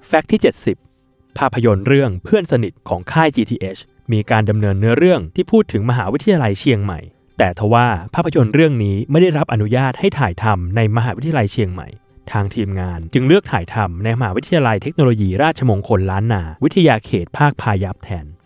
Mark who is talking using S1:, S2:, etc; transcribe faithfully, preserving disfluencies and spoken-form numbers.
S1: แฟกต์ที่เจ็ดสิบภาพยนตร์เรื่องเพื่อนสนิทของค่าย จี ที เอช มีการดำเนินเนื้อเรื่องที่พูดถึงมหาวิทยาลัยเชียงใหม่แต่ทว่าภาพยนตร์เรื่องนี้ไม่ได้รับอนุญาตให้ถ่ายทำในมหาวิทยาลัยเชียงใหม่ทางทีมงานจึงเลือกถ่ายทำในมหาวิทยาลัยเทคโนโลยีราชมงคลล้านนาวิทยาเขตภาคพายัพแทน